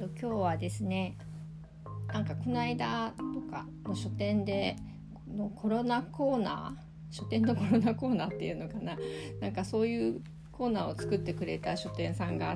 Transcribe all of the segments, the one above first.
今日はですね、なんかこの間とかの書店でのコロナコーナー、書店のコロナコーナーっていうのかな、なんかそういうコーナーを作ってくれた書店さんがあって、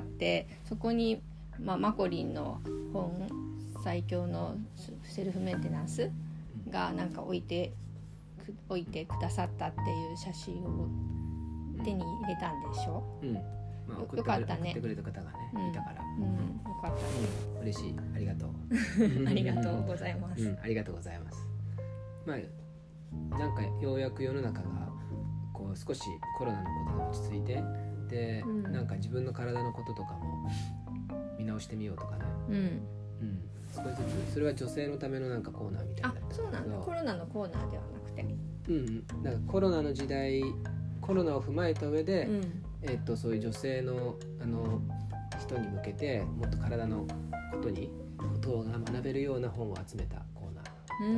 そこに、マコリンの本最強のセルフメンテナンスがなんか置いてくださったっていう写真を手に入れたんでしょ、よかったね。 送ってくれた方がね、いたから、 よかったね、 嬉しい、ありがとうありがとうございます、 ありがとうございます。なんかようやく世の中がこう少しコロナのことが落ち着いて、で、なんか自分の体のこととかも見直してみようとかね、少しずつ。それは女性のためのなんかコーナーみたいな。 そうなんだ。コロナのコーナーではなくて、 だからコロナの時代、コロナを踏まえた上で、そういう女性の人に向けてもっと体のことが学べるような本を集めたコーナーだ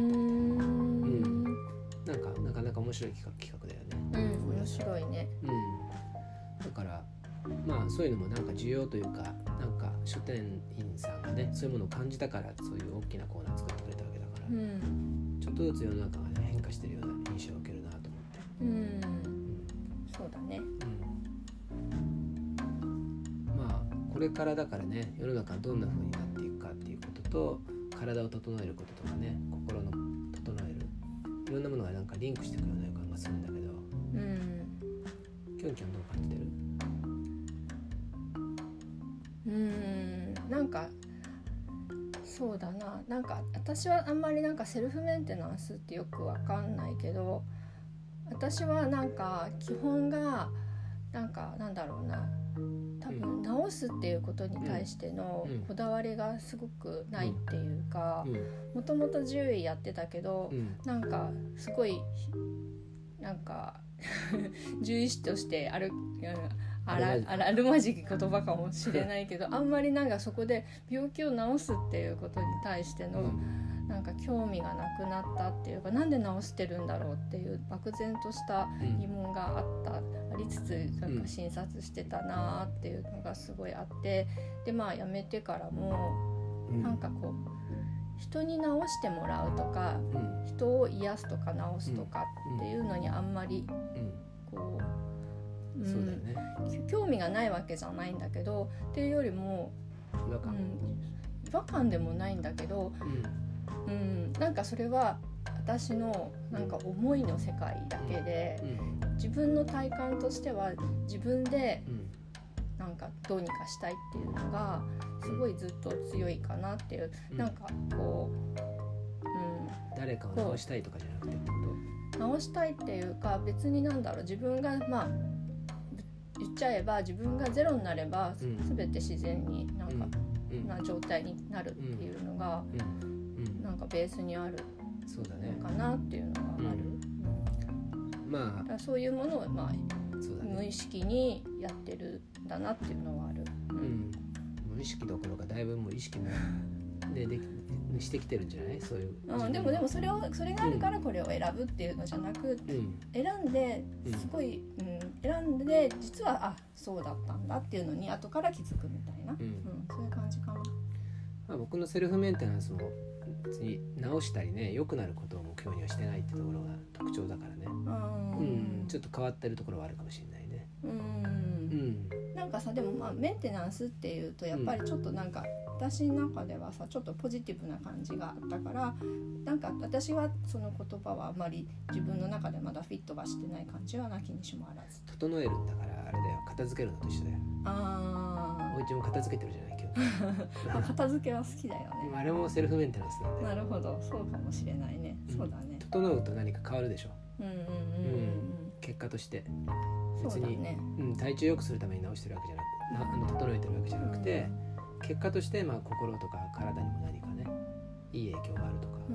ったみたい。なかなか面白い企画だよね。 面白いね。 だからそういうのもなんか需要というか、なんか書店員さんがね、そういうものを感じたから、そういう大きなコーナー作ってくれたわけだから、ちょっとずつ世の中がね変化してるような印象を受けるなと思って。 そうだね。 これからだからね、世の中がどんな風になっていくかっていうことと、体を整えることとかね、心の整える、いろんなものがなんかリンクしてくるような予感がするんだけど、きょんちゃんどう感じてる？ なんかそうだな、なんか私はあんまりなんかセルフメンテナンスってよくわかんないけど、私はなんか基本がなんかなんだろうな、多分直すっていうことに対してのこだわりがすごくないっていうか、もともと獣医やってたけど、なんかすごいなんか獣医師としてあるまじき言葉かもしれないけどあんまりなんかそこで病気を治すっていうことに対してのなんか興味がなくなったっていうか、なんで治してるんだろうっていう漠然とした疑問がありつつ、なんか診察してたなっていうのがすごいあって、で辞めてからもなんかこう人に治してもらうとか、人を癒すとか治すとかっていうのにあんまりこう、 そうだよね、 興味がないわけじゃないんだけど、っていうよりも違和感でもないんだけど、なんかそれは私のなんか思いの世界だけで、自分の体感としては自分でなんかどうにかしたいっていうのがすごいずっと強いかなっていう、なんかこう、 誰かを直したいとかじゃなくてってこと？ 直したいっていうか、別になんだろう、自分が言っちゃえば自分がゼロになれば全て自然になんかな状態になるっていうのがなんかベースにあるのかなっていうのがある。だそういうものを無意識にやってるんだなっていうのはある。 無意識どころかだいぶもう意識も、してきてるんじゃない？そういう。 でもそれがあるからこれを選ぶっていうのじゃなく、選んですごい、選んで実はそうだったんだっていうのに後から気づくみたいな、そういう感じかな。 僕のセルフメンテナンスも別に直したりね、良くなることを目標にはしてないってところが特徴だからね。ちょっと変わってるところはあるかもしれないね。なんかさ、でもメンテナンスっていうとやっぱりちょっとなんか、私の中ではさちょっとポジティブな感じがあったから、なんか私はその言葉はあまり自分の中でまだフィットはしてない感じはなきにしもあらず。整えるんだからあれだよ、片付けるのと一緒だよ。お家も片付けてるじゃない今日。 片付けは好きだよね。 あれもセルフメンテナンスなんだよ。 なるほど、そうかもしれないね。そうだね。 整うと何か変わるでしょ。結果として別に、体調良くするために直してるわけじゃなく、整えてるわけじゃなくて、結果として心とか体にも何かねいい影響があるとか。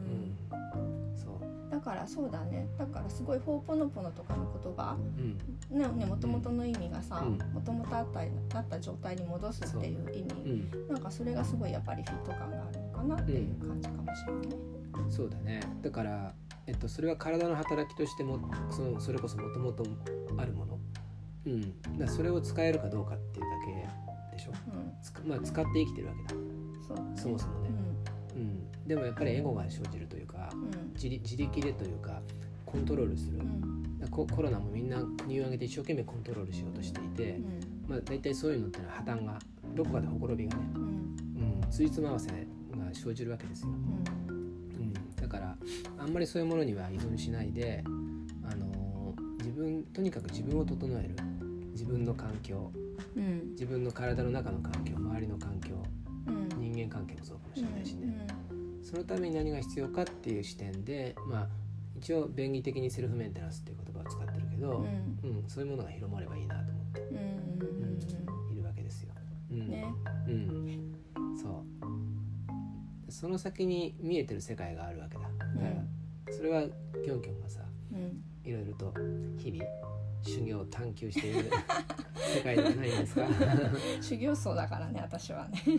そうだからそうだね。だからすごいホーポノポノとかの言葉、もともとの意味がさ、もともとあった状態に戻すっていう意味、なんかそれがすごいやっぱりフィット感があるのかなっていう感じかもしれない。 そうだね。だからそれは体の働きとしてもそれこそもともとあるもの、だからそれを使えるかどうかっていうだけでしょ、まあ、使って生きてるわけだ。 そうだね、 そもそもね、でもやっぱりエゴが生じるというか、自力でというかコントロールする、コロナもみんな国を挙げて一生懸命コントロールしようとしていて、まあ、大体そういうのってのは破綻がどこかでほころびがね、ついつま合わせが生じるわけですよ、だからあんまりそういうものには依存しないで、とにかく自分を整える、自分の環境、自分の体の中の環境、周りの環境、人間関係もそうかもしれないしね、そのために何が必要かっていう視点で、まあ一応便宜的にセルフメンテナンスっていう言葉を使ってるけど、そういうものが広まればいいなと思って、いるわけですよ、その先に見えてる世界があるわけだ。だからそれはキョンキョンがさ、いろいろと日々修行を探求している世界ではないんですか修行僧だからね、私はね、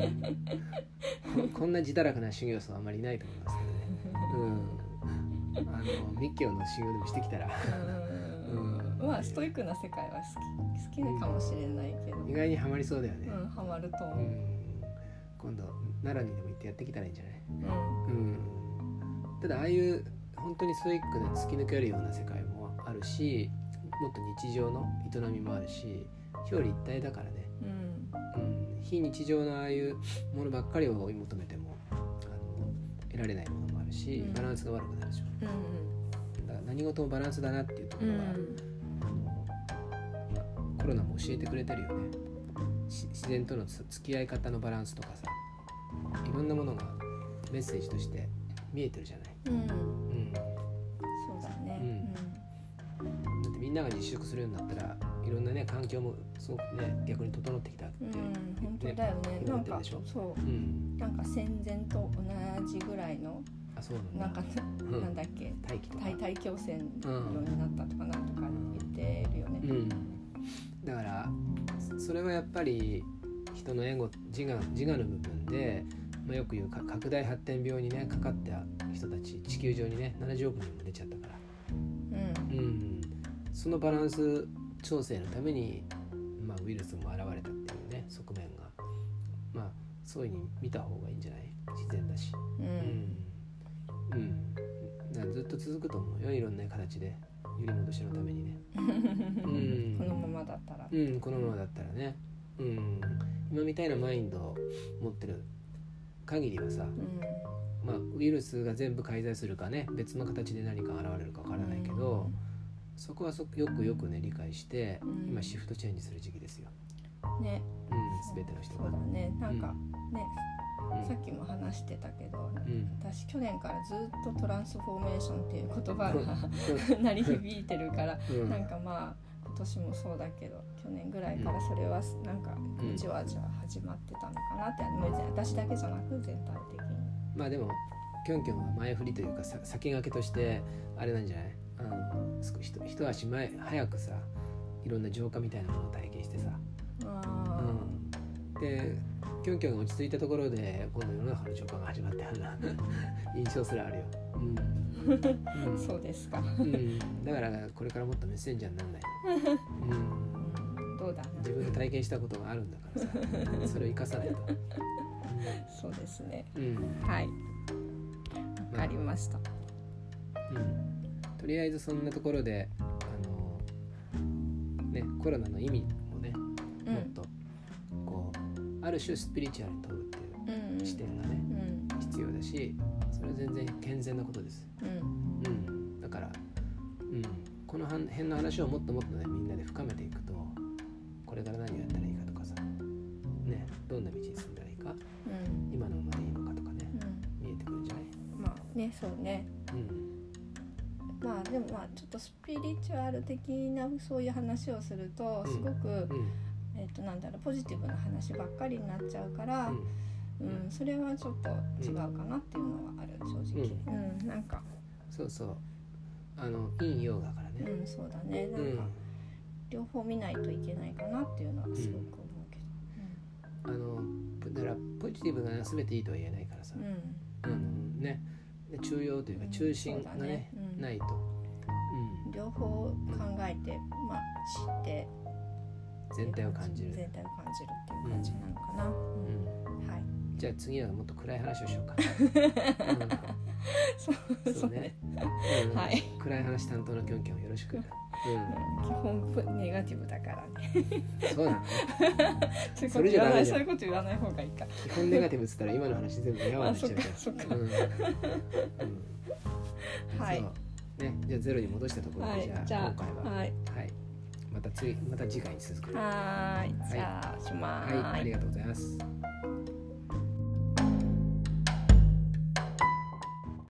こんな自堕落な修行僧はあんまりいないと思いますけどね、密教の修行でもしてきたらまあストイックな世界は好きかもしれないけど、 意外にハマりそうだよね、 ハマると思う、 今度奈良にでも行ってやってきたらいいんじゃない、ただああいう本当にストイックで突き抜けるような世界もあるし、もっと日常の営みもあるし、表裏一体だからね、非日常のああいうものばっかりを追い求めても得られないものもあるし、バランスが悪くなるでしょ、だから何事もバランスだなっていうところは、コロナも教えてくれてるよね。自然との付き合い方のバランスとかさ、いろんなものがメッセージとして見えてるじゃない、 そうだね、 だってみんなが自粛するようになったらいろんなね環境もすごくね逆に整ってきたって、 本当だよね。なんかそう、なんか戦前と同じぐらいの、なんかなんだっけ、大気汚染量になったとかなんとか言ってるよね、 だからそれはやっぱり人のエゴ、自我の部分で、よく言う拡大発展病にねかかった人たち、地球上にね70億人も出ちゃったから、そのバランス調整のために、ウイルスも現れたっていうね側面が、そういう風に見た方がいいんじゃない？自然だし、だからずっと続くと思うよ、いろんな形で揺り戻しのためにねこのままだったら、 このままだったらね、今みたいなマインドを持ってる限りはさ、ウイルスが全部介在するかね、別の形で何か現れるかわからないけど、そこはよくね理解して、今シフトチェンジする時期ですよね、 全ての人が。 そうだね、なんかね、さっきも話してたけど、私去年からずっとトランスフォーメーションっていう言葉が鳴り響いてるから、なんか今年もそうだけど去年ぐらいからそれはなんかじわじわ始まってたのかなって、私だけじゃなく全体的に。 でもキョンキョンは前振りというか先駆けとしてあれなんじゃない？一足早くさ、いろんな浄化みたいなものを体験してさ、でキョンキョンが落ち着いたところで今度世の中の浄化が始まったような印象すらあるよ、 そうですか、 だからこれからもっとメッセンジャーにならないと、どうだな、 自分で体験したことがあるんだからさそれを生かさないと、 そうですね、はい、わかりました、 とりあえずそんなところでコロナの意味をね、もっとこうある種スピリチュアルに問うっていう視点がね、必要だし、それは全然健全なことです、だから、この辺の話をもっともっとねみんなで深めていくと、これから何をやったらいいかとかさ、どんな道に進んだらいいか、今のままでいいのかとかね、見えてくるんじゃない？ そうね、でもちょっとスピリチュアル的なそういう話をするとすごく、ポジティブな話ばっかりになっちゃうから、それはちょっと違うかなっていうのはある、正直、なんかそう陰陽だからね、 そうだね、なんか両方見ないといけないかなっていうのはすごく思うけど、 だからポジティブが全ていいとは言えないからさ、中庸というか中心がね、ないと、 両方考えて、知って全体を感じる全体を感じるっていう感じなのかな、はい。 じゃあ次はもっと暗い話をしようかそうね、 はい、暗い話担当のキョンキョンよろしく、 基本ネガティブだからねそうなのそういうこと言わない方がいいか。 基本ネガティブっつったら今の話全部やわになっちゃうからそっか、 はい、ね、じゃあゼロに戻したところで、じゃあ今回ははい、また次回に続く。 はい、じゃあします。 はい、ありがとうございます。